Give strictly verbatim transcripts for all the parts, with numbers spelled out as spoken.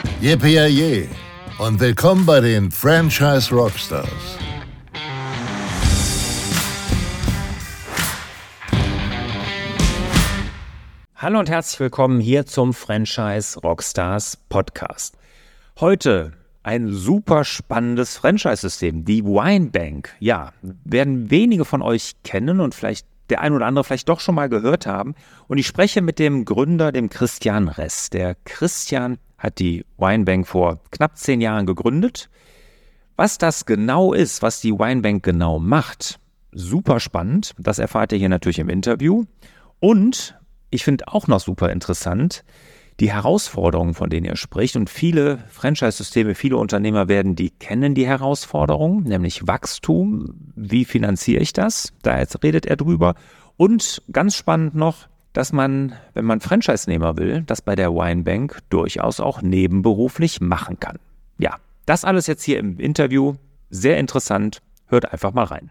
Yippie und willkommen bei den Franchise Rockstars. Hallo und herzlich willkommen hier zum Franchise Rockstars Podcast. Heute ein super spannendes Franchise-System, die Winebank. Ja, werden wenige von euch kennen und vielleicht der ein oder andere vielleicht doch schon mal gehört haben. Und ich spreche mit dem Gründer, dem Christian Ress. Der Christian hat die Winebank vor knapp zehn Jahren gegründet. Was das genau ist, was die Winebank genau macht, super spannend. Das erfahrt ihr hier natürlich im Interview. Und ich finde auch noch super interessant, die Herausforderungen, von denen er spricht. Und viele Franchise-Systeme, viele Unternehmer werden die kennen, die Herausforderungen, nämlich Wachstum. Wie finanziere ich das? Da jetzt redet er drüber. Und ganz spannend noch, dass man, wenn man Franchise-Nehmer will, das bei der Winebank durchaus auch nebenberuflich machen kann. Ja, das alles jetzt hier im Interview. Sehr interessant. Hört einfach mal rein.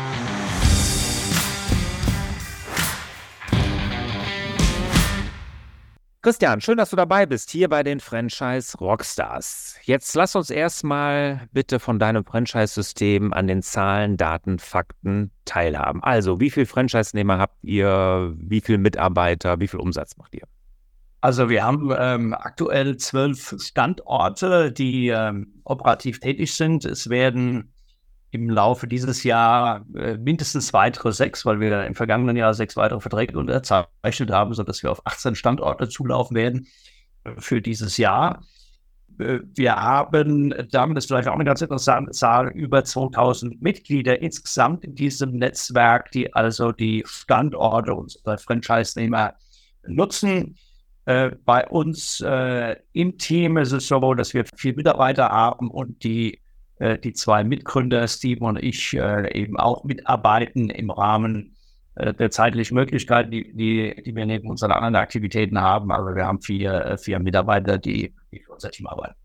Christian, schön, dass du dabei bist, hier bei den Franchise Rockstars. Jetzt lass uns erstmal bitte von deinem Franchise-System an den Zahlen, Daten, Fakten teilhaben. Also, wie viele Franchise-Nehmer habt ihr, wie viele Mitarbeiter, wie viel Umsatz macht ihr? Also wir haben ähm, aktuell zwölf Standorte, die ähm, operativ tätig sind. Es werden im Laufe dieses Jahr äh, mindestens weitere sechs, weil wir im vergangenen Jahr sechs weitere Verträge unterzeichnet haben, sodass wir auf achtzehn Standorte zulaufen werden äh, für dieses Jahr. Äh, wir haben, damit ist vielleicht auch eine ganz interessante Zahl, über zweitausend Mitglieder insgesamt in diesem Netzwerk, die also die Standorte unserer Franchise-Nehmer nutzen. Äh, bei uns äh, im Team ist es so, dass wir vier Mitarbeiter haben und die die zwei Mitgründer, Steve und ich, äh, eben auch mitarbeiten im Rahmen äh, der zeitlichen Möglichkeiten, die, die, die wir neben unseren anderen Aktivitäten haben. Aber wir haben vier, vier Mitarbeiter, die, die für unser Team arbeiten.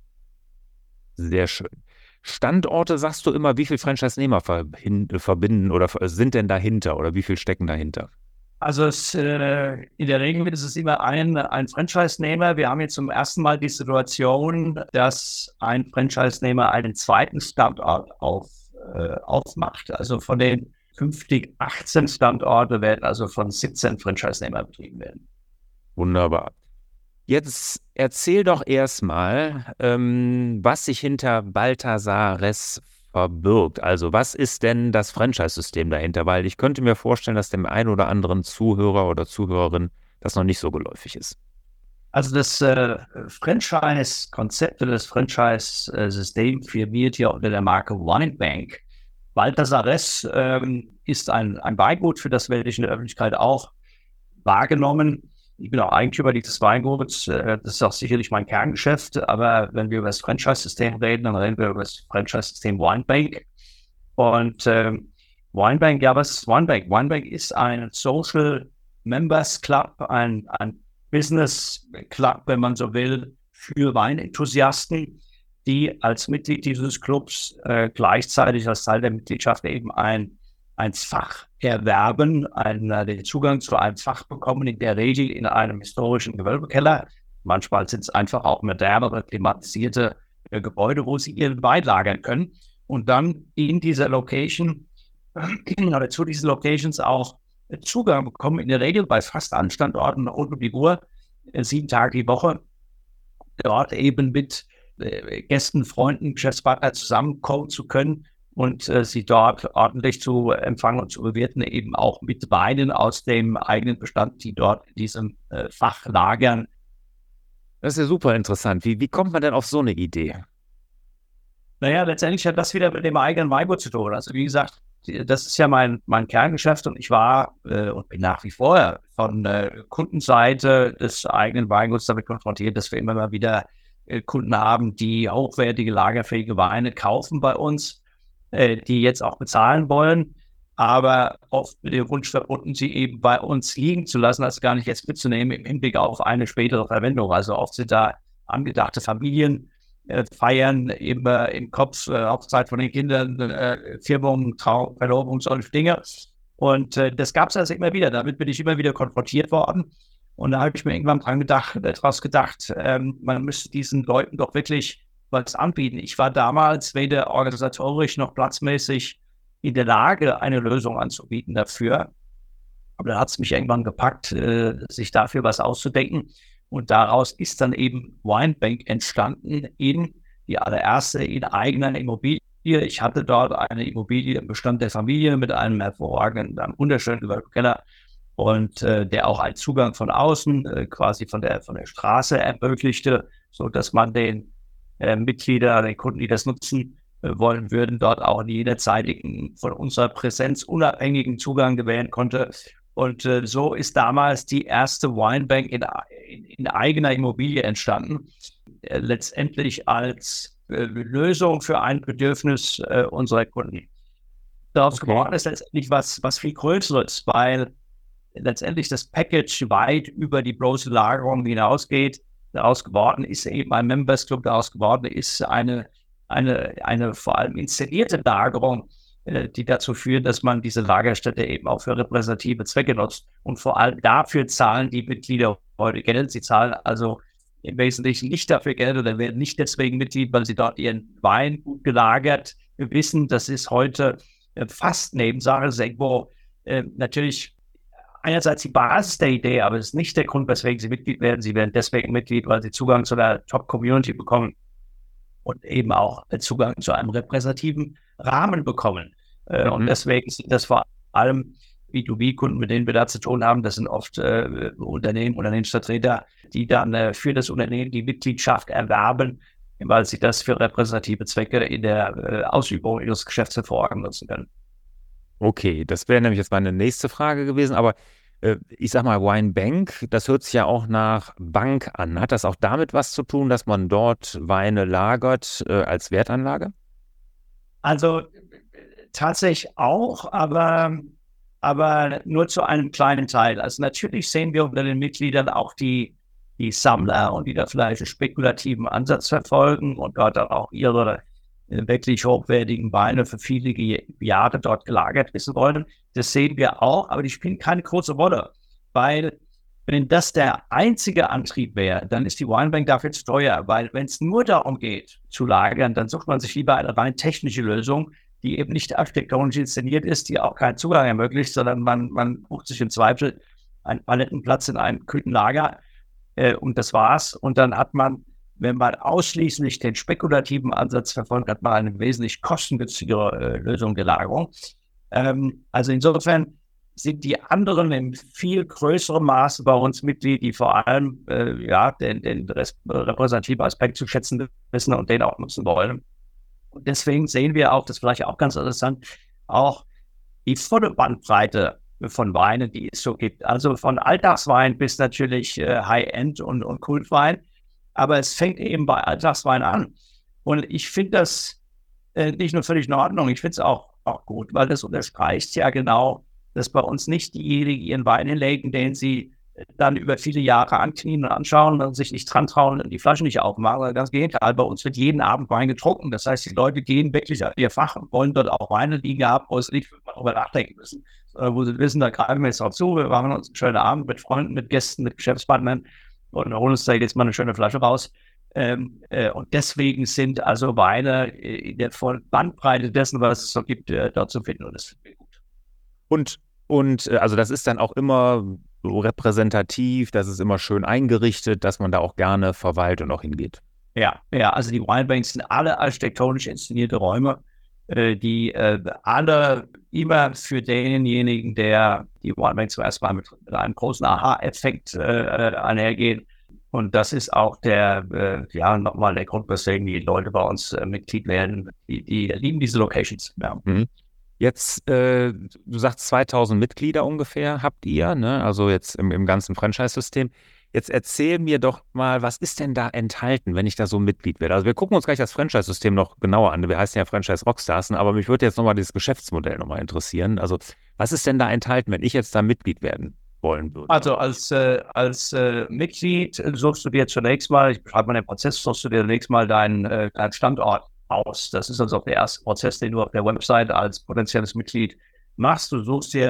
Sehr schön. Standorte, sagst du immer, wie viele Franchise-Nehmer verbinden oder sind denn dahinter oder wie viel stecken dahinter? Also es, äh, in der Regel ist es immer ein, ein Franchise-Nehmer. Wir haben jetzt zum ersten Mal die Situation, dass ein Franchise-Nehmer einen zweiten Standort auf, äh, aufmacht. Also von den künftig achtzehn Standorte werden also von siebzehn Franchise-Nehmer betrieben werden. Wunderbar. Jetzt erzähl doch erstmal, ähm, was sich hinter Balthasar Ress verbirgt. Also was ist denn das Franchise-System dahinter? Weil ich könnte mir vorstellen, dass dem einen oder anderen Zuhörer oder Zuhörerin das noch nicht so geläufig ist. Also das äh, Franchise-Konzept oder das Franchise-System firmiert hier unter der Marke Winebank. Balthasar Ress ähm, ist ein, ein Weingut, für das werde ich in der Öffentlichkeit auch wahrgenommen. Ich bin auch Eigentümer dieses Weinguts. Das ist auch sicherlich mein Kerngeschäft. Aber wenn wir über das Franchise-System reden, dann reden wir über das Franchise-System Winebank. Und ähm, Winebank, ja, was ist Winebank? Winebank ist ein Social Members Club, ein, ein Business Club, wenn man so will, für Weinenthusiasten, die als Mitglied dieses Clubs äh, gleichzeitig als Teil der Mitgliedschaft eben ein ein Fach erwerben, einen, den Zugang zu einem Fach bekommen, in der Regel in einem historischen Gewölbekeller. Manchmal sind es einfach auch modernere, klimatisierte äh, Gebäude, wo sie ihren Wein lagern können und dann in dieser Location äh, oder zu diesen Locations auch äh, Zugang bekommen, in der Regel bei fast allen Standorten rund um die Uhr, äh, sieben Tage die Woche, dort eben mit äh, Gästen, Freunden, Geschäftspartnern zusammenkommen zu können und äh, sie dort ordentlich zu empfangen und zu bewirten, eben auch mit Weinen aus dem eigenen Bestand, die dort in diesem äh, Fach lagern. Das ist ja super interessant. Wie, wie kommt man denn auf so eine Idee? Naja, letztendlich hat das wieder mit dem eigenen Weingut zu tun. Also wie gesagt, das ist ja mein, mein Kerngeschäft und ich war äh, und bin nach wie vor von äh, Kundenseite des eigenen Weinguts damit konfrontiert, dass wir immer mal wieder äh, Kunden haben, die hochwertige, lagerfähige Weine kaufen bei uns, die jetzt auch bezahlen wollen, aber oft mit dem Wunsch verbunden, sie eben bei uns liegen zu lassen, also gar nicht jetzt mitzunehmen im Hinblick auf eine spätere Verwendung. Also oft sind da angedachte Familien, äh, Feiern im, äh, im Kopf, äh, Hochzeit von den Kindern, äh, Firmung, Trauung, Verlobung, solche Dinge. Und äh, das gab es also immer wieder. Damit bin ich immer wieder konfrontiert worden. Und da habe ich mir irgendwann dran gedacht, daraus gedacht, ähm, man müsste diesen Leuten doch wirklich was anbieten. Ich war damals weder organisatorisch noch platzmäßig in der Lage, eine Lösung anzubieten dafür. Aber dann hat es mich irgendwann gepackt, äh, sich dafür was auszudenken. Und daraus ist dann eben Winebank entstanden, in die allererste in eigener Immobilie. Ich hatte dort eine Immobilie im Bestand der Familie mit einem hervorragenden, einem wunderschönen Keller und äh, der auch einen Zugang von außen, äh, quasi von der, von der Straße ermöglichte, so dass man den äh, Mitglieder, den Kunden, die das nutzen äh, wollen würden, dort auch in jederzeitigen, von unserer Präsenz unabhängigen Zugang gewähren konnte. Und äh, so ist damals die erste Winebank in, in, in eigener Immobilie entstanden, äh, letztendlich als äh, Lösung für ein Bedürfnis äh, unserer Kunden. Daraus Okay. geworden ist letztendlich was, was viel Größeres, weil letztendlich das Package weit über die bloße Lagerung hinausgeht. Daraus geworden ist eben ein Members Club, daraus geworden ist eine, eine, eine vor allem inszenierte Lagerung, äh, die dazu führt, dass man diese Lagerstätte eben auch für repräsentative Zwecke nutzt. Und vor allem dafür zahlen die Mitglieder heute Geld. Sie zahlen also im Wesentlichen nicht dafür Geld oder werden nicht deswegen Mitglied, weil sie dort ihren Wein gut gelagert wissen. Das ist heute äh, fast Nebensache. Das ist irgendwo äh, natürlich einerseits die Basis der Idee, aber es ist nicht der Grund, weswegen sie Mitglied werden. Sie werden deswegen Mitglied, weil sie Zugang zu der Top-Community bekommen und eben auch Zugang zu einem repräsentativen Rahmen bekommen. Mhm. Und deswegen sind das vor allem B zwei B-Kunden, mit denen wir da zu tun haben. Das sind oft äh, Unternehmen, Unternehmensvertreter, die dann äh, für das Unternehmen die Mitgliedschaft erwerben, weil sie das für repräsentative Zwecke in der äh, Ausübung ihres Geschäfts hervorragend nutzen können. Okay, das wäre nämlich jetzt meine nächste Frage gewesen, aber äh, ich sag mal, Winebank, das hört sich ja auch nach Bank an. Hat das auch damit was zu tun, dass man dort Weine lagert äh, als Wertanlage? Also tatsächlich auch, aber, aber nur zu einem kleinen Teil. Also natürlich sehen wir unter den Mitgliedern auch die, die Sammler und die da vielleicht einen spekulativen Ansatz verfolgen und dort dann auch ihre wirklich hochwertigen Weine für viele Jahre dort gelagert wissen wollen. Das sehen wir auch, aber die spielen keine große Rolle, weil wenn das der einzige Antrieb wäre, dann ist die Winebank dafür zu teuer, weil wenn es nur darum geht, zu lagern, dann sucht man sich lieber eine rein technische Lösung, die eben nicht architektonisch inszeniert ist, die auch keinen Zugang ermöglicht, sondern man, man bucht sich im Zweifel einen Palettenplatz in einem kühlen Lager äh, und das war's. Und dann hat man, wenn man ausschließlich den spekulativen Ansatz verfolgt, hat man eine wesentlich kostengünstigere äh, Lösung der Lagerung. Ähm, also insofern sind die anderen in viel größerem Maße bei uns Mitglied, die vor allem äh, ja, den, den repräsentativen Aspekt zu schätzen wissen und den auch nutzen wollen. Und deswegen sehen wir auch, das ist vielleicht auch ganz interessant, auch die volle Bandbreite von Weinen, die es so gibt. Also von Alltagswein bis natürlich äh, High-End und, und Kultwein. Aber es fängt eben bei Alltagswein an. Und ich finde das äh, nicht nur völlig in Ordnung, ich finde es auch, auch gut, weil das unterstreicht ja genau, dass bei uns nicht diejenigen ihren Wein hinlegen, den sie dann über viele Jahre anknien und anschauen und sich nicht dran trauen und die Flaschen nicht aufmachen. Ganz Gegenteil, bei uns wird jeden Abend Wein getrunken. Das heißt, die Leute gehen wirklich an ihr Fach und wollen dort auch Weine liegen haben, wo sie nicht darüber nachdenken müssen. Wo sie wissen, da greifen wir jetzt drauf zu, wir machen uns einen schönen Abend mit Freunden, mit Gästen, mit Geschäftspartnern und holen uns da jetzt mal eine schöne Flasche raus. Ähm, äh, und deswegen sind also Weine in der vollen Bandbreite dessen, was es so gibt, äh, dort zu finden. Und das finden wir gut. Und, und also das ist dann auch immer so repräsentativ, das ist immer schön eingerichtet, dass man da auch gerne verweilt und auch hingeht. Ja, ja, also die Winebanks sind alle architektonisch inszenierte Räume, äh, die äh, alle immer für denjenigen, der die Winebank zuerst mal mit, mit einem großen Aha-Effekt äh, einhergehen. Und das ist auch der, äh, ja, nochmal der Grund, weswegen die Leute bei uns äh, Mitglied werden. Die, die lieben diese Locations. Ja. Mhm. Jetzt, äh, du sagst zweitausend Mitglieder ungefähr habt ihr, ne? Also jetzt im, im ganzen Franchise-System. Jetzt erzähl mir doch mal, was ist denn da enthalten, wenn ich da so Mitglied werde? Also wir gucken uns gleich das Franchise-System noch genauer an. Wir heißen ja Franchise Rockstars, aber mich würde jetzt nochmal dieses Geschäftsmodell nochmal interessieren. Also was ist denn da enthalten, wenn ich jetzt da Mitglied werden wollen würde? Also als, äh, als äh, Mitglied suchst du dir zunächst mal, ich beschreibe mal den Prozess, suchst du dir zunächst mal deinen, äh, deinen Standort aus. Das ist also auch der erste Prozess, den du auf der Website als potenzielles Mitglied machst. Du suchst dir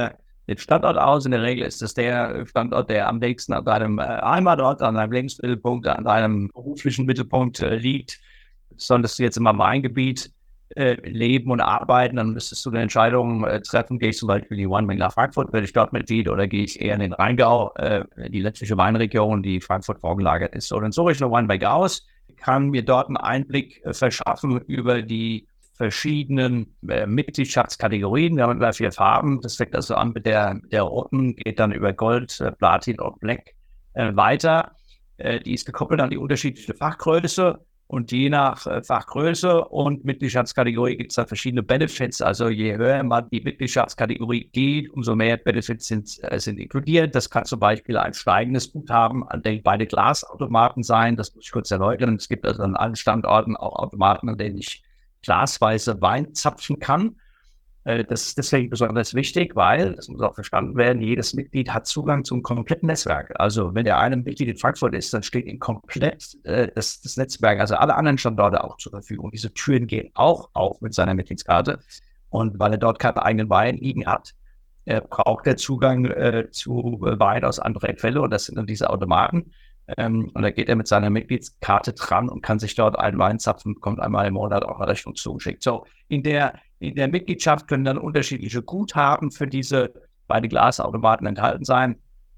den Standort aus. In der Regel ist das der Standort, der am nächsten an deinem äh, Heimatort, an deinem Lebensmittelpunkt, an deinem beruflichen Mittelpunkt äh, liegt. Solltest du jetzt immer im Rheingebiet äh, leben und arbeiten, dann müsstest du eine Entscheidung äh, treffen, gehe ich zum Beispiel in die OneBank nach Frankfurt, werde ich dort Mitglied, oder gehe ich eher in den Rheingau, äh, die ländliche Weinregion, die Frankfurt vorgelagert ist. So, dann suche ich eine OneBank aus, kann mir dort einen Einblick äh, verschaffen über die verschiedenen äh, Mitgliedschaftskategorien. Wir haben immer vier Farben. Das fängt also an mit der, mit der roten, geht dann über Gold, äh, Platin und Black äh, weiter. Äh, die ist gekoppelt an die unterschiedliche Fachgröße. Und je nach äh, Fachgröße und Mitgliedschaftskategorie gibt es da verschiedene Benefits. Also je höher man die Mitgliedschaftskategorie geht, umso mehr Benefits sind, äh, sind inkludiert. Das kann zum Beispiel ein steigendes Guthaben an den beide Glasautomaten sein. Das muss ich kurz erläutern. Es gibt also an allen Standorten auch Automaten, an denen ich glasweise Wein zapfen kann. Das ist deswegen besonders wichtig, weil, das muss auch verstanden werden, jedes Mitglied hat Zugang zum kompletten Netzwerk. Also wenn der eine Mitglied in Frankfurt ist, dann steht ihm komplett äh, das, das Netzwerk, also alle anderen Standorte auch zur Verfügung. Diese Türen gehen auch auf mit seiner Mitgliedskarte. Und weil er dort keinen eigenen Wein liegen hat, äh, braucht er Zugang äh, zu äh, Wein aus anderen Quellen, und das sind dann diese Automaten. Ähm, und da geht er mit seiner Mitgliedskarte dran und kann sich dort einen Wein zapfen, bekommt einmal im Monat auch eine Rechnung zugeschickt. So, in der In der Mitgliedschaft können dann unterschiedliche Guthaben für diese beide Glasautomaten enthalten sein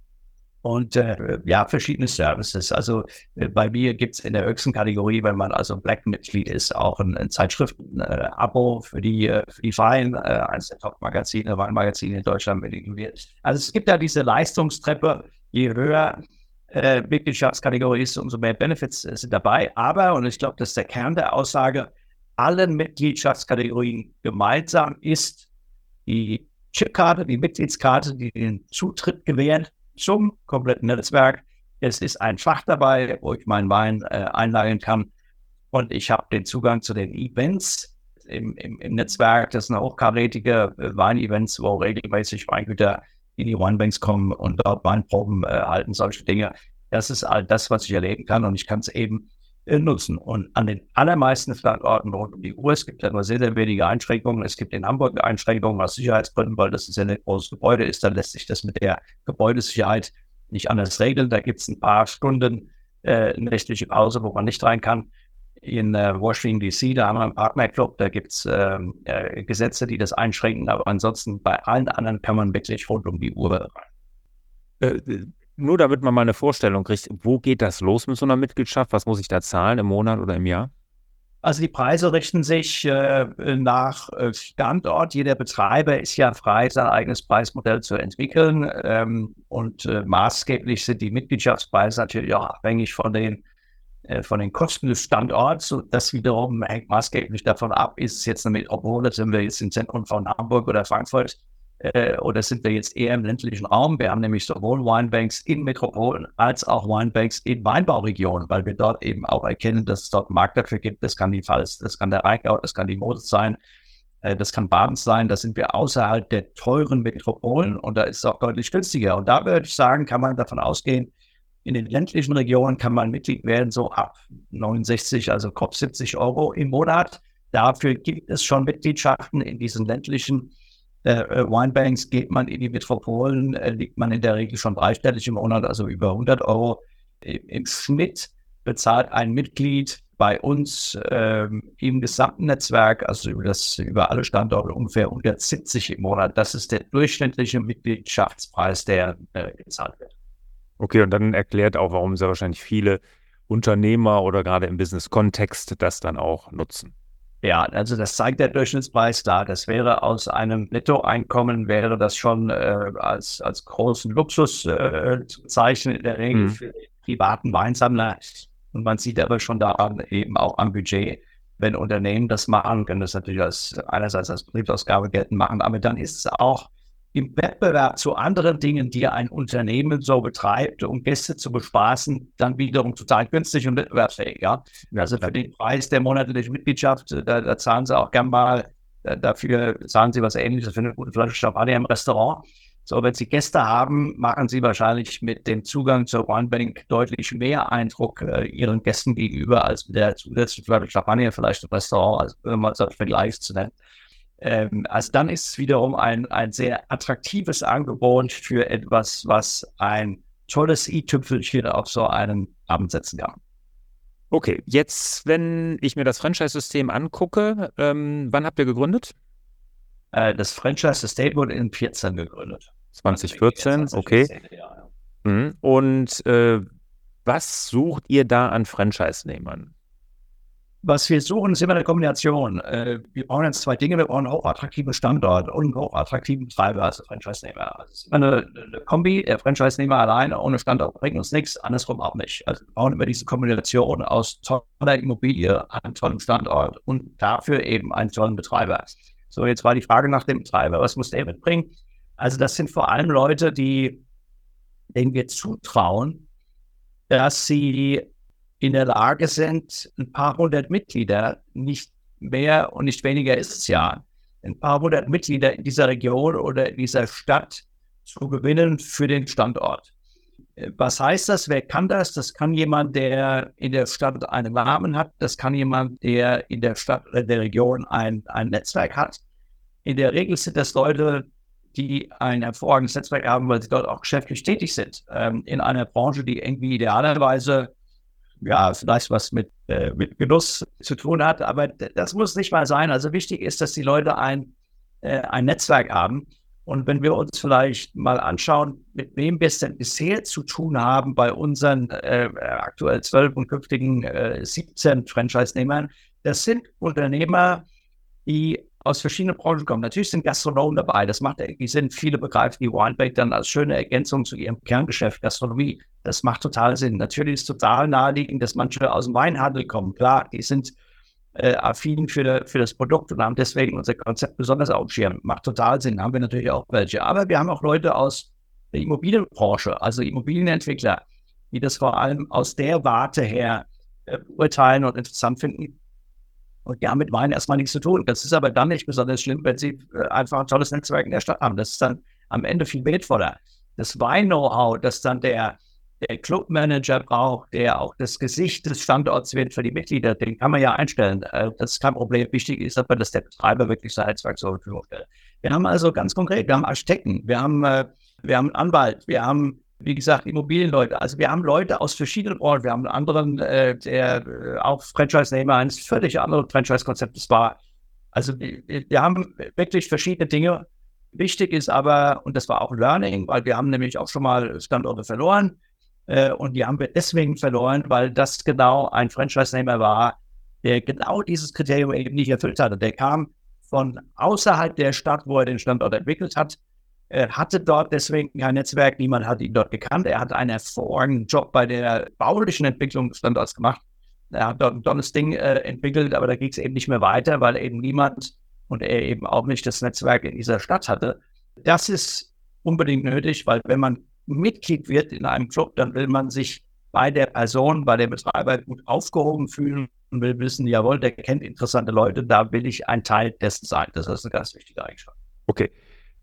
und äh, ja, verschiedene Services. Also äh, bei mir gibt es in der höchsten Kategorie, wenn man also Black-Mitglied ist, auch ein, ein Zeitschriften-Abo äh, für die äh, für die Wein, äh, eines der Top-Magazine, Weinmagazine in Deutschland mit inkludiert. Also es gibt da diese Leistungstreppe, je höher äh, Mitgliedschaftskategorie ist, umso mehr Benefits äh, sind dabei. Aber, und ich glaube, das ist der Kern der Aussage, allen Mitgliedschaftskategorien gemeinsam ist die Chipkarte, die Mitgliedskarte, die den Zutritt gewährt zum kompletten Netzwerk. Es ist ein Fach dabei, wo ich meinen Wein äh, einlagern kann, und ich habe den Zugang zu den Events im, im, im Netzwerk. Das sind hochkarätige äh, Wein-Events, wo regelmäßig Weingüter in die Winebanks kommen und dort Weinproben äh, halten, solche Dinge. Das ist all das, was ich erleben kann, und ich kann es eben nutzen. Und an den allermeisten Standorten rund um die Uhr, es gibt ja nur sehr, sehr wenige Einschränkungen. Es gibt in Hamburg Einschränkungen aus Sicherheitsgründen, weil das ein sehr großes Gebäude ist. Dann lässt sich das mit der Gebäudesicherheit nicht anders regeln. Da gibt es ein paar Stunden äh, nächtliche Pause, wo man nicht rein kann. In äh, Washington D C, da haben wir einen Partnerclub, da gibt es äh, äh, Gesetze, die das einschränken. Aber ansonsten bei allen anderen kann man wirklich rund um die Uhr rein. Äh, Nur damit man mal eine Vorstellung kriegt, wo geht das los mit so einer Mitgliedschaft? Was muss ich da zahlen im Monat oder im Jahr? Also die Preise richten sich äh, nach äh, Standort. Jeder Betreiber ist ja frei, sein eigenes Preismodell zu entwickeln. Ähm, und äh, maßgeblich sind die Mitgliedschaftspreise natürlich auch abhängig von den, äh, von den Kosten des Standorts. Und das wiederum hängt maßgeblich davon ab, ist es jetzt eine Metropole, sind wir jetzt im Zentrum von Hamburg oder Frankfurt, oder sind wir jetzt eher im ländlichen Raum? Wir haben nämlich sowohl Winebanks in Metropolen als auch Winebanks in Weinbauregionen, weil wir dort eben auch erkennen, dass es dort einen Markt dafür gibt. Das kann die Pfalz, das kann der Rheingau, das kann die Mosel sein, das kann Baden sein. Da sind wir außerhalb der teuren Metropolen, und da ist es auch deutlich günstiger. Und da würde ich sagen, kann man davon ausgehen, in den ländlichen Regionen kann man Mitglied werden, so ab neunundsechzig, also grob siebzig Euro im Monat. Dafür gibt es schon Mitgliedschaften in diesen ländlichen Äh, Winebanks. Geht man in die Metropolen, äh, liegt man in der Regel schon dreistellig im Monat, also über hundert Euro. Im, im Schnitt bezahlt ein Mitglied bei uns ähm, im gesamten Netzwerk, also über, das, über alle Standorte, ungefähr hundertsiebzig im Monat. Das ist der durchschnittliche Mitgliedschaftspreis, der äh, gezahlt wird. Okay, und dann erklärt auch, warum sehr wahrscheinlich viele Unternehmer oder gerade im Business-Kontext das dann auch nutzen. Ja, also das zeigt der Durchschnittspreis da. Das wäre aus einem Nettoeinkommen, wäre das schon äh, als, als großen Luxus äh, zu bezeichnen, in der Regel mhm. für den privaten Weinsammler. Und man sieht aber schon daran eben auch am Budget, wenn Unternehmen das machen, können das natürlich als, einerseits als Betriebsausgabe geltend machen, aber dann ist es auch im Wettbewerb zu anderen Dingen, die ein Unternehmen so betreibt, um Gäste zu bespaßen, dann wiederum total günstig und wettbewerbsfähig. Ja? Also für den Preis der monatlichen Mitgliedschaft, da, da zahlen sie auch gern mal, da, dafür zahlen sie was Ähnliches für eine gute Flasche Champagner im Restaurant. So, wenn sie Gäste haben, machen sie wahrscheinlich mit dem Zugang zur OneBank deutlich mehr Eindruck äh, ihren Gästen gegenüber als mit der zusätzlichen Flasche Champagner vielleicht im Restaurant, als wenn man es als Vergleich zu nennen. Ähm, also dann ist es wiederum ein, ein sehr attraktives Angebot für etwas, was ein tolles i-Tüpfelchen auf so einen Abend setzen kann. Okay, jetzt, wenn ich mir das Franchise-System angucke, ähm, wann habt ihr gegründet? Äh, das Franchise-System wurde in vierzehn gegründet. zwanzig vierzehn, okay. Ja. Mhm. Und äh, was sucht ihr da an Franchise-Nehmern? Was wir suchen, ist immer eine Kombination. Äh, wir brauchen jetzt zwei Dinge. Wir brauchen einen hochattraktiven Standort und einen hochattraktiven Betreiber als Franchise-Nehmer. Also es ist immer eine, eine Kombi. Der Franchise-Nehmer alleine ohne Standort bringt uns nichts, andersrum auch nicht. Also wir brauchen immer diese Kombination aus toller Immobilie, einem tollen Standort und dafür eben einen tollen Betreiber. So, jetzt war die Frage nach dem Betreiber. Was muss der mitbringen? Also das sind vor allem Leute, die, denen wir zutrauen, dass sie in der Lage sind, ein paar hundert Mitglieder, nicht mehr und nicht weniger ist es ja, ein paar hundert Mitglieder in dieser Region oder in dieser Stadt zu gewinnen für den Standort. Was heißt das? Wer kann das? Das kann jemand, der in der Stadt einen Namen hat. Das kann jemand, der in der Stadt oder der Region ein, ein Netzwerk hat. In der Regel sind das Leute, die ein hervorragendes Netzwerk haben, weil sie dort auch geschäftlich tätig sind. Ähm, in einer Branche, die irgendwie idealerweise ja, vielleicht was mit, äh, mit Genuss zu tun hat, aber das muss nicht mal sein. Also wichtig ist, dass die Leute ein, äh, ein Netzwerk haben. Und wenn wir uns vielleicht mal anschauen, mit wem wir es denn bisher zu tun haben bei unseren äh, aktuell zwölf und künftigen äh, siebzehn Franchise-Nehmern, das sind Unternehmer, die aus verschiedenen Branchen kommen. Natürlich sind Gastronomen dabei, das macht irgendwie Sinn. Viele begreifen die Winebank dann als schöne Ergänzung zu ihrem Kerngeschäft Gastronomie. Das macht total Sinn. Natürlich ist es total naheliegend, dass manche aus dem Weinhandel kommen. Klar, die sind äh, affin für, de, für das Produkt und haben deswegen unser Konzept besonders auf dem Schirm. Macht total Sinn, haben wir natürlich auch welche. Aber wir haben auch Leute aus der Immobilienbranche, also Immobilienentwickler, die das vor allem aus der Warte her äh, beurteilen und interessant finden. Und die haben mit Wein erstmal nichts zu tun. Das ist aber dann nicht besonders schlimm, wenn sie äh, einfach ein tolles Netzwerk in der Stadt haben. Das ist dann am Ende viel wertvoller. Das Wein-Know-how, das dann der, der Clubmanager braucht, der auch das Gesicht des Standorts wird für die Mitglieder, den kann man ja einstellen. Äh, das ist kein Problem. Wichtig ist aber, dass der Betreiber wirklich sein Netzwerk zur Verfügung stellt. Wir haben also ganz konkret, wir haben Architekten, wir haben, äh, wir haben einen Anwalt, wir haben, wie gesagt, Immobilienleute. Also wir haben Leute aus verschiedenen Branchen. Wir haben einen anderen, äh, der äh, auch Franchise-Nehmer eines völlig anderen Franchise-Konzeptes war. Also wir, wir haben wirklich verschiedene Dinge. Wichtig ist aber, und das war auch Learning, weil wir haben nämlich auch schon mal Standorte verloren. Äh, und die haben wir deswegen verloren, weil das genau ein Franchise-Nehmer war, der genau dieses Kriterium eben nicht erfüllt hatte. Der kam von außerhalb der Stadt, wo er den Standort entwickelt hat. Er hatte dort deswegen kein Netzwerk, niemand hat ihn dort gekannt. Er hat einen hervorragenden Job bei der baulichen Entwicklung des Standorts gemacht. Er hat dort ein tolles Ding äh, entwickelt, aber da ging es eben nicht mehr weiter, weil eben niemand und er eben auch nicht das Netzwerk in dieser Stadt hatte. Das ist unbedingt nötig, weil wenn man Mitglied wird in einem Club, dann will man sich bei der Person, bei dem Betreiber gut aufgehoben fühlen und will wissen, jawohl, der kennt interessante Leute, da will ich ein Teil dessen sein. Das ist eine ganz wichtige Eigenschaft. Okay.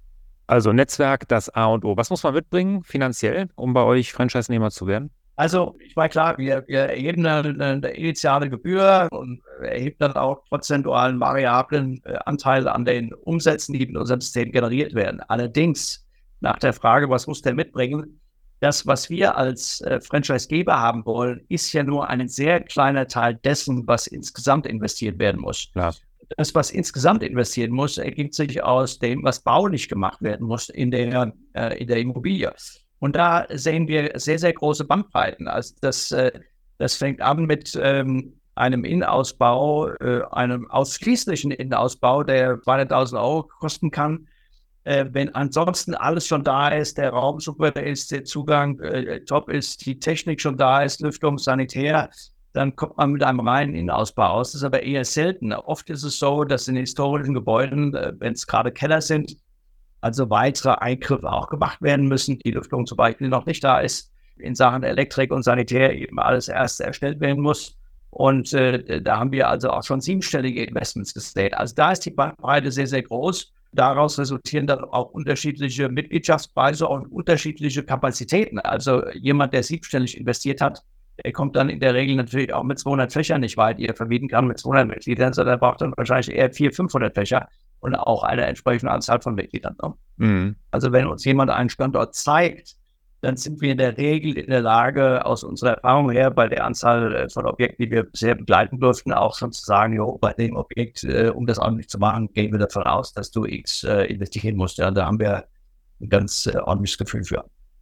Also Netzwerk, das A und O. Was muss man mitbringen finanziell, um bei euch Franchise-Nehmer zu werden? Also, ich meine, klar, wir, wir erheben eine, eine initiale Gebühr und erheben dann auch prozentualen variablen äh, Anteil an den Umsätzen, die in unserem System generiert werden. Allerdings, nach der Frage, was muss der mitbringen, das, was wir als äh, Franchise-Geber haben wollen, ist ja nur ein sehr kleiner Teil dessen, was insgesamt investiert werden muss. Klar. Das, was insgesamt investieren muss, ergibt sich aus dem, was baulich gemacht werden muss in der, äh, in der Immobilie. Und da sehen wir sehr, sehr große Bandbreiten. Also das, äh, das fängt an mit ähm, einem Innenausbau, äh, einem ausschließlichen Innenausbau, der zweihunderttausend Euro kosten kann. Äh, wenn ansonsten alles schon da ist, der Raum super ist, der Zugang äh, top ist, die Technik schon da ist, Lüftung, Sanitär, dann kommt man mit einem reinen Innenausbau aus. Das ist aber eher selten. Oft ist es so, dass in historischen Gebäuden, äh, wenn es gerade Keller sind, also weitere Eingriffe auch gemacht werden müssen, die Lüftung zum Beispiel noch nicht da ist, in Sachen Elektrik und Sanitär eben alles erst erstellt werden muss. Und äh, da haben wir also auch schon siebenstellige Investments gesehen. Also da ist die Bandbreite sehr, sehr groß. Daraus resultieren dann auch unterschiedliche Mitgliedschaftspreise und unterschiedliche Kapazitäten. Also jemand, der siebenstellig investiert hat, der kommt dann in der Regel natürlich auch mit zweihundert Fächern nicht weit, die er vermieten kann mit zweihundert Mitgliedern, sondern er braucht dann wahrscheinlich eher vierhundert, fünfhundert Fächer. und auch eine entsprechende Anzahl von Mitgliedern. Ne? Mhm. Also wenn uns jemand einen Standort zeigt, dann sind wir in der Regel in der Lage, aus unserer Erfahrung her, bei der Anzahl von Objekten, die wir bisher begleiten durften, auch schon zu sagen, jo, bei dem Objekt, äh, um das ordentlich zu machen, gehen wir davon aus, dass du X äh, investieren musst. Ja, da haben wir ein ganz äh, ordentliches Gefühl für.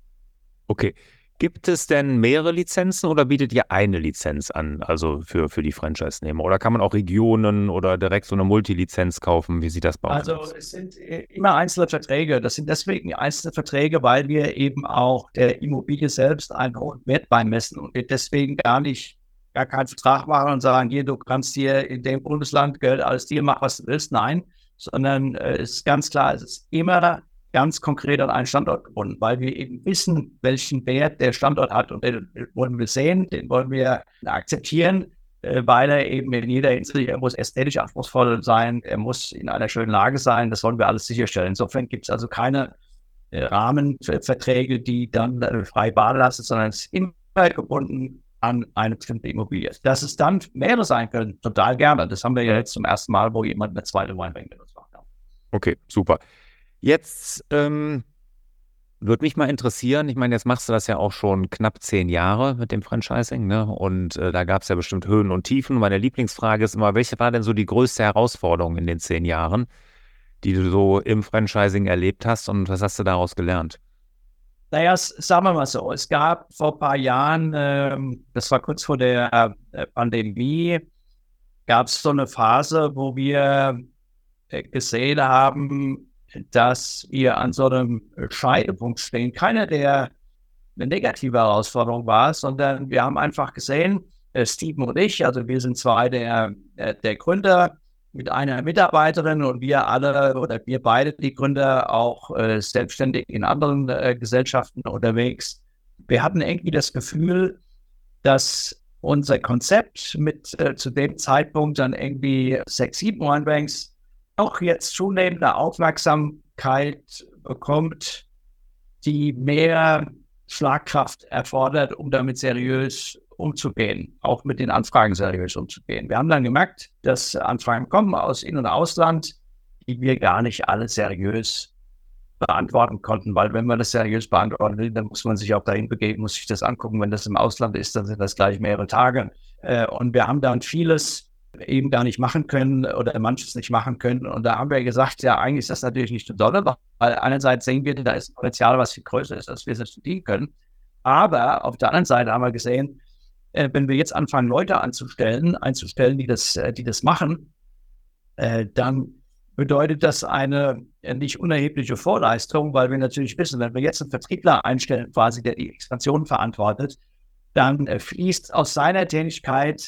Okay. Gibt es denn mehrere Lizenzen oder bietet ihr eine Lizenz an, also für, für die Franchise-Nehmer? Oder kann man auch Regionen oder direkt so eine Multilizenz kaufen? Wie sieht das bei euch Also aus? es sind immer einzelne Verträge. Das sind deswegen einzelne Verträge, weil wir eben auch der Immobilie selbst einen hohen Wert beimessen und wir deswegen gar nicht, gar keinen Vertrag machen und sagen, hier, du kannst hier in dem Bundesland Geld alles dir machen, was du willst. Nein, sondern äh, es ist ganz klar, es ist immer ganz konkret an einen Standort gebunden, weil wir eben wissen, welchen Wert der Standort hat und den wollen wir sehen, den wollen wir akzeptieren, weil er eben in jeder Hinsicht, er muss ästhetisch anspruchsvoll sein, er muss in einer schönen Lage sein, das wollen wir alles sicherstellen. Insofern gibt es also keine äh, Rahmenverträge, die dann äh, frei baden lassen, sondern es ist immer gebunden an eine bestimmte Immobilie. Dass es dann mehrere sein können, total gerne. Das haben wir ja jetzt zum ersten Mal, wo jemand eine zweite Winebank mit uns macht. Okay, super. Jetzt ähm, würde mich mal interessieren, ich meine, jetzt machst du das ja auch schon knapp zehn Jahre mit dem Franchising, ne? Und äh, da gab es ja bestimmt Höhen und Tiefen. Meine Lieblingsfrage ist immer, welche war denn so die größte Herausforderung in den zehn Jahren, die du so im Franchising erlebt hast und was hast du daraus gelernt? Naja, s- sagen wir mal so, es gab vor ein paar Jahren, ähm, das war kurz vor der äh, Pandemie, gab es so eine Phase, wo wir äh, gesehen haben, dass wir an so einem Scheidepunkt stehen. Keine der eine negative Herausforderung war, sondern wir haben einfach gesehen, äh, Steven und ich, also wir sind zwei der, der, der Gründer mit einer Mitarbeiterin und wir alle oder wir beide, die Gründer, auch äh, selbstständig in anderen äh, Gesellschaften unterwegs. Wir hatten irgendwie das Gefühl, dass unser Konzept mit äh, zu dem Zeitpunkt dann irgendwie sechs, sieben Winebanks auch jetzt zunehmende Aufmerksamkeit bekommt, die mehr Schlagkraft erfordert, um damit seriös umzugehen, auch mit den Anfragen seriös umzugehen. Wir haben dann gemerkt, dass Anfragen kommen aus In- und Ausland, die wir gar nicht alle seriös beantworten konnten, weil wenn man das seriös beantworten will, dann muss man sich auch dahin begeben, muss sich das angucken. Wenn das im Ausland ist, dann sind das gleich mehrere Tage. Äh, und wir haben dann vieles eben gar nicht machen können oder manches nicht machen können. Und da haben wir gesagt, ja, eigentlich ist das natürlich nicht so dolle, weil einerseits sehen wir, da ist ein Potenzial, was viel größer ist, als wir selbst bedienen können. Aber auf der anderen Seite haben wir gesehen, äh, wenn wir jetzt anfangen, Leute anzustellen, einzustellen, die das, äh, die das machen, äh, dann bedeutet das eine äh, nicht unerhebliche Vorleistung, weil wir natürlich wissen, wenn wir jetzt einen Vertriebler einstellen, quasi, der die Expansion verantwortet, dann äh, fließt aus seiner Tätigkeit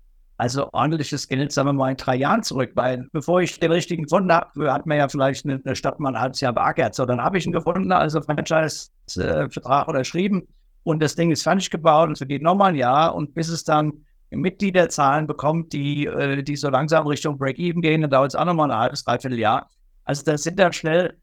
also ordentliches Geld, sagen wir mal, in drei Jahren zurück, weil bevor ich den richtigen gefunden habe, hat man ja vielleicht eine, eine Stadt mal ein halbes Jahr beackert. So, dann habe ich ihn gefunden, also Franchise-Vertrag unterschrieben und das Ding ist fertig gebaut und es geht nochmal ein Jahr und bis es dann Mitgliederzahlen bekommt, die, äh, die so langsam Richtung Break-Even gehen, dann dauert es auch nochmal ein halbes, dreiviertel Jahr. Also da sind dann schnell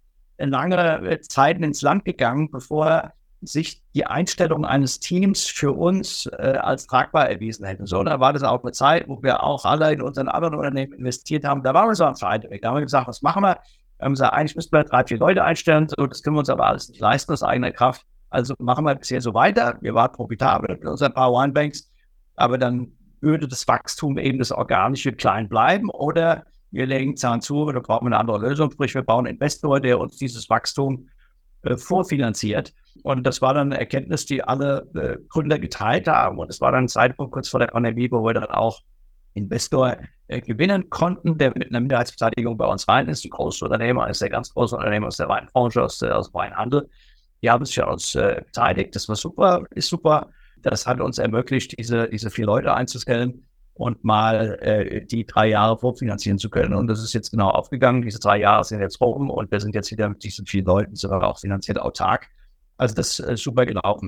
lange Zeiten ins Land gegangen, bevor sich die Einstellung eines Teams für uns äh, als tragbar erwiesen hätte. So, da war das auch eine Zeit, wo wir auch alle in unseren anderen Unternehmen investiert haben. Da waren wir so am Scheideweg. Da haben wir gesagt, was machen wir? Wir haben gesagt, eigentlich müssen wir drei, vier Leute einstellen. So, das können wir uns aber alles nicht leisten aus eigener Kraft. Also machen wir bisher so weiter. Wir waren profitabel mit unseren paar Winebanks, aber dann würde das Wachstum eben das Organische klein bleiben oder wir legen Zahn zu oder brauchen eine andere Lösung. Sprich, wir bauen einen Investor, der uns dieses Wachstum äh, vorfinanziert. Und das war dann eine Erkenntnis, die alle äh, Gründer geteilt haben. Und es war dann ein Zeitpunkt kurz vor der Pandemie, wo wir dann auch Investor äh, gewinnen konnten, der mit einer Minderheitsbeteiligung bei uns rein ist. Ein großes Unternehmen, eines der ganz großen Unternehmen aus der Weinbranche, aus, der, aus dem Weinhandel. Die haben sich an uns äh, beteiligt. Das war super, ist super. Das hat uns ermöglicht, diese, diese vier Leute einzustellen und mal äh, die drei Jahre vorfinanzieren zu können. Und das ist jetzt genau aufgegangen. Diese drei Jahre sind jetzt rum und wir sind jetzt wieder mit diesen vier Leuten sogar auch finanziell autark. Also das ist super gelaufen.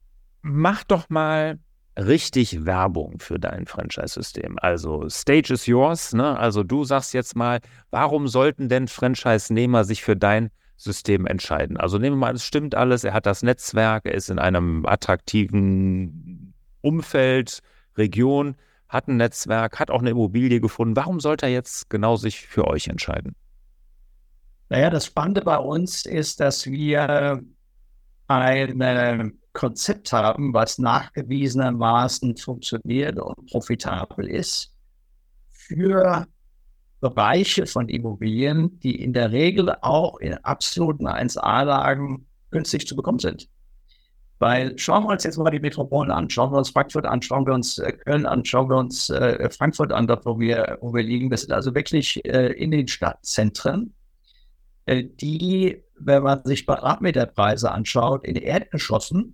Mach doch mal richtig Werbung für dein Franchise-System. Also Stage is yours, ne? Also du sagst jetzt mal, warum sollten denn Franchise-Nehmer sich für dein System entscheiden? Also nehmen wir mal, es stimmt alles, er hat das Netzwerk, er ist in einem attraktiven Umfeld, Region, hat ein Netzwerk, hat auch eine Immobilie gefunden. Warum sollte er jetzt genau sich für euch entscheiden? Naja, das Spannende bei uns ist, dass wir ein äh, Konzept haben, was nachgewiesenermaßen funktioniert und profitabel ist für Bereiche von Immobilien, die in der Regel auch in absoluten eins A-Lagen günstig zu bekommen sind. Weil schauen wir uns jetzt mal die Metropolen an, schauen wir uns Frankfurt an, schauen wir uns äh, Köln an, schauen wir uns äh, Frankfurt an, dort wo wir, wo wir liegen. Das sind also wirklich äh, in den Stadtzentren, äh, die, wenn man sich Quadratmeterpreise anschaut, in Erdgeschossen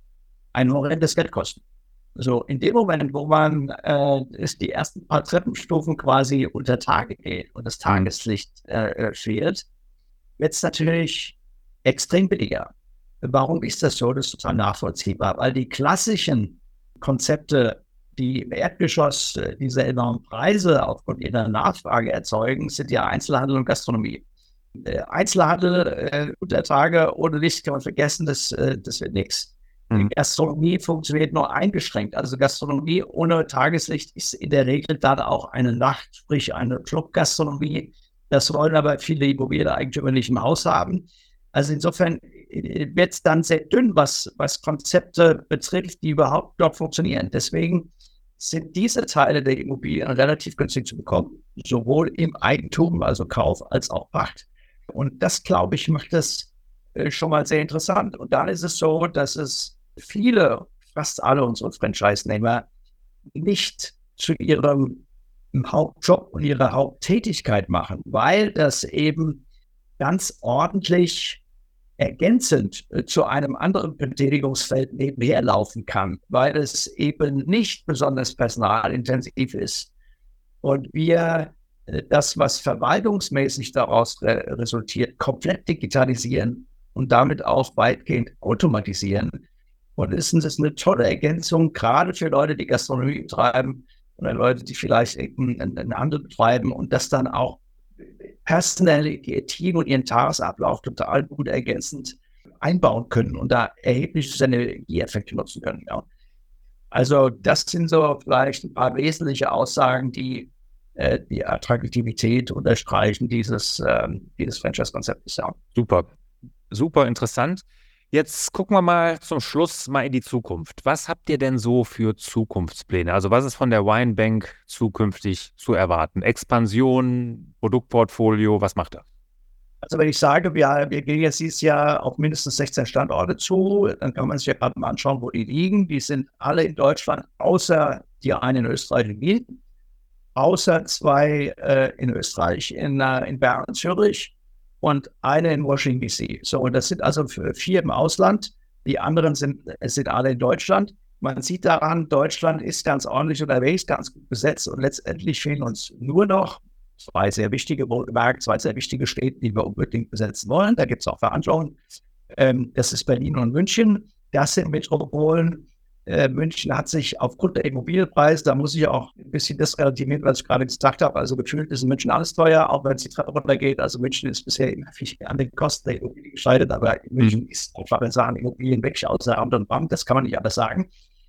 ein horrendes Geld kosten. So in dem Moment, wo man äh, ist die ersten paar Treppenstufen quasi unter Tage geht und das Tageslicht äh, fehlt, wird es natürlich extrem billiger. Warum ist das so? Das ist total nachvollziehbar, weil die klassischen Konzepte, die im Erdgeschoss äh, diese enormen Preise aufgrund ihrer Nachfrage erzeugen, sind ja Einzelhandel und Gastronomie. Äh, Einzelhandel äh, unter Tage ohne Licht kann man vergessen, das, äh, das wird nichts. Die Gastronomie funktioniert nur eingeschränkt. Also Gastronomie ohne Tageslicht ist in der Regel dann auch eine Nacht, sprich eine Clubgastronomie. Das wollen aber viele Immobilieneigentümer nicht im Haus haben. Also insofern wird es dann sehr dünn, was, was Konzepte betrifft, die überhaupt dort funktionieren. Deswegen sind diese Teile der Immobilien relativ günstig zu bekommen, sowohl im Eigentum, also Kauf, als auch Pacht. Und das, glaube ich, macht das äh, schon mal sehr interessant. Und dann ist es so, dass es viele, fast alle unsere Franchise-Nehmer nicht zu ihrem Hauptjob und ihrer Haupttätigkeit machen, weil das eben ganz ordentlich ergänzend äh, zu einem anderen Betätigungsfeld nebenher laufen kann, weil es eben nicht besonders personalintensiv ist und wir äh, das, was verwaltungsmäßig daraus re- resultiert, komplett digitalisieren und damit auch weitgehend automatisieren. Und ist das eine tolle Ergänzung, gerade für Leute, die Gastronomie betreiben oder Leute, die vielleicht einen Handel betreiben und das dann auch personell ihr Team und ihren Tagesablauf total gut ergänzend einbauen können und da erhebliche Synergieeffekte nutzen können. Ja. Also das sind so vielleicht ein paar wesentliche Aussagen, die äh, die Attraktivität unterstreichen dieses, ähm, dieses Franchise-Konzeptes. Ja. Super, super interessant. Jetzt gucken wir mal zum Schluss mal in die Zukunft. Was habt ihr denn so für Zukunftspläne? Also was ist von der Winebank zukünftig zu erwarten? Expansion, Produktportfolio, was macht ihr? Also wenn ich sage, wir, wir gehen jetzt dieses Jahr auf mindestens sechzehn Standorte zu, dann kann man sich ja gerade mal anschauen, wo die liegen. Die sind alle in Deutschland, außer die eine in Österreich in Wien, außer zwei äh, in Österreich, in, äh, in Bern und Zürich und eine in Washington D C. So, und das sind also vier im Ausland. Die anderen sind, sind alle in Deutschland. Man sieht daran, Deutschland ist ganz ordentlich unterwegs, ganz gut besetzt und letztendlich fehlen uns nur noch zwei sehr wichtige, wohlgemerkt, zwei sehr wichtige Städte, die wir unbedingt besetzen wollen. Da gibt es auch Verhandlungen. Ähm, das ist Berlin und München. Das sind Metropolen. Äh, München hat sich aufgrund der Immobilienpreise, da muss ich auch ein bisschen das relativieren, was ich gerade gesagt habe. Also gefühlt ist in München alles teuer, auch wenn es die Treppe runtergeht. Also München ist bisher immer viel an den Kosten der Immobilien gescheitert, aber in München ist einfach in Sachen Immobilien weg, außer Amt und Bank. Das kann man nicht anders sagen.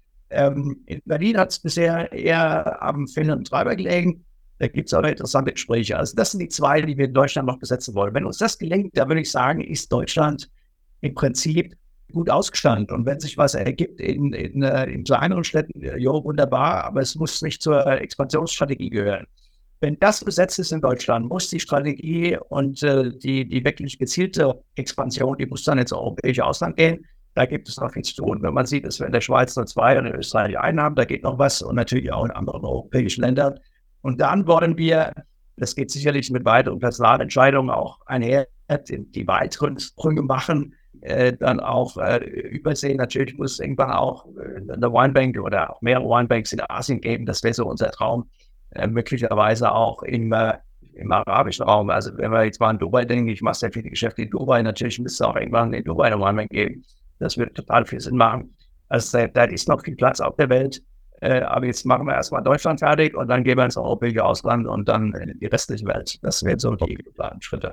Ähm, in Berlin hat es bisher eher am fehlenden Treiber gelegen. Da gibt es auch interessante Gespräche. Also das sind die zwei, die wir in Deutschland noch besetzen wollen. Wenn uns das gelingt, dann würde ich sagen, ist Deutschland im Prinzip gut ausgestattet. Und wenn sich was ergibt in, in, in kleineren Städten, jo, wunderbar, aber es muss nicht zur Expansionsstrategie gehören. Wenn das besetzt ist in Deutschland, muss die Strategie und äh, die, die wirklich gezielte Expansion, die muss dann ins europäische Ausland gehen. Da gibt es noch viel zu tun. Wenn man sieht, dass wir in der Schweiz nur zwei und in Österreich einen haben, da geht noch was und natürlich auch in anderen europäischen Ländern. Und dann wollen wir, das geht sicherlich mit weiteren Personalentscheidungen auch einher, die weiteren Sprünge machen, äh, dann auch äh, übersehen. Natürlich muss es irgendwann auch äh, eine Winebank oder auch mehrere Winebanks in Asien geben. Das wäre so unser Traum. Äh, möglicherweise auch im, äh, im arabischen Raum. Also wenn wir jetzt mal an Dubai denken, ich mache sehr viele Geschäfte in Dubai, natürlich müsste es auch irgendwann in Dubai eine Winebank geben. Das würde total viel Sinn machen. Also da, da ist noch viel Platz auf der Welt. Äh, aber jetzt machen wir erstmal Deutschland fertig und dann gehen wir ins europäische Ausland und dann in die restliche Welt. Das wären so die geplanten Schritte.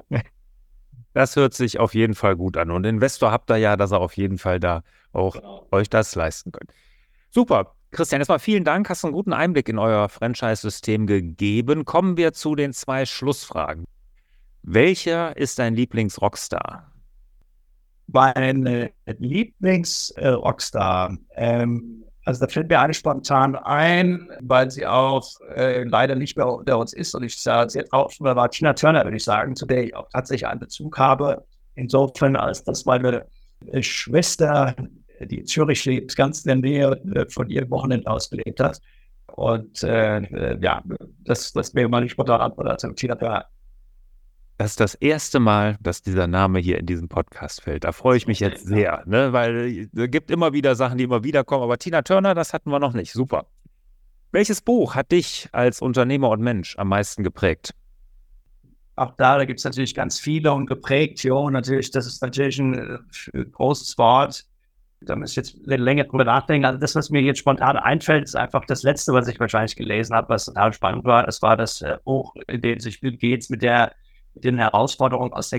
Das hört sich auf jeden Fall gut an. Und Investor habt ihr ja, dass ihr auf jeden Fall da auch genau. euch das leisten könnt. Super. Christian, erstmal vielen Dank. Hast einen guten Einblick in euer Franchise-System gegeben. Kommen wir zu den zwei Schlussfragen. Welcher ist dein Lieblings-Rockstar? Mein äh, Lieblings-Rockstar, äh, ähm, also da fällt mir eine spontan ein, weil sie auch äh, leider nicht mehr unter uns ist und ich da sehr traurig war, Tina Turner, würde ich sagen, zu der ich auch tatsächlich einen Bezug habe. Insofern, als dass meine äh, Schwester, die in Zürich lebt, ganz in der Nähe äh, von ihrem Wochenende aus gelebt hat. Und äh, äh, ja, das, das wäre meine spontane Antwort als Tina Turner. Das ist das erste Mal, dass dieser Name hier in diesem Podcast fällt. Da freue ich mich jetzt sehr, ne? Weil es gibt immer wieder Sachen, die immer wieder kommen. Aber Tina Turner, das hatten wir noch nicht. Super. Welches Buch hat dich als Unternehmer und Mensch am meisten geprägt? Auch da, da gibt es natürlich ganz viele und geprägt. Ja, natürlich, das ist natürlich ein äh, großes Wort. Da muss ich jetzt länger drüber nachdenken. Also das, was mir jetzt spontan einfällt, ist einfach das Letzte, was ich wahrscheinlich gelesen habe, was total spannend war. Das war das äh, Buch, in dem sich Bill Gates mit der mit den Herausforderungen aus der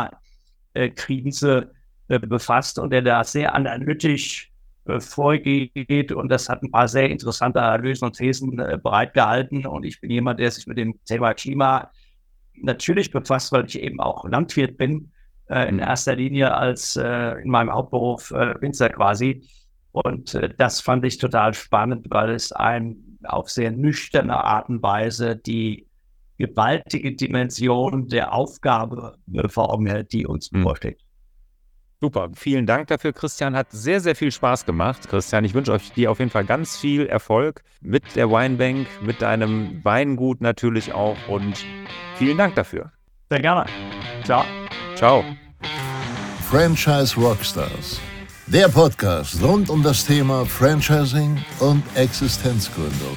Klimakrise äh, befasst und der da sehr analytisch äh, vorgeht. Und das hat ein paar sehr interessante Analysen und Thesen äh, bereitgehalten. Und ich bin jemand, der sich mit dem Thema Klima natürlich befasst, weil ich eben auch Landwirt bin, äh, in erster Linie als äh, in meinem Hauptberuf äh, Winzer quasi. Und äh, das fand ich total spannend, weil es einem auf sehr nüchterne Art und Weise die gewaltige Dimension der Aufgabe vor Augen hält, die uns bevorsteht. Super, vielen Dank dafür, Christian. Hat sehr, sehr viel Spaß gemacht. Christian, ich wünsche euch dir auf jeden Fall ganz viel Erfolg mit der Winebank, mit deinem Weingut natürlich auch und vielen Dank dafür. Sehr gerne. Ciao. Ciao. Franchise Rockstars, der Podcast rund um das Thema Franchising und Existenzgründung.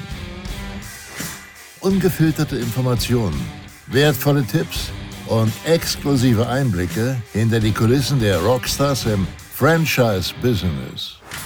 Ungefilterte Informationen, wertvolle Tipps und exklusive Einblicke hinter die Kulissen der Rockstars im Franchise-Business.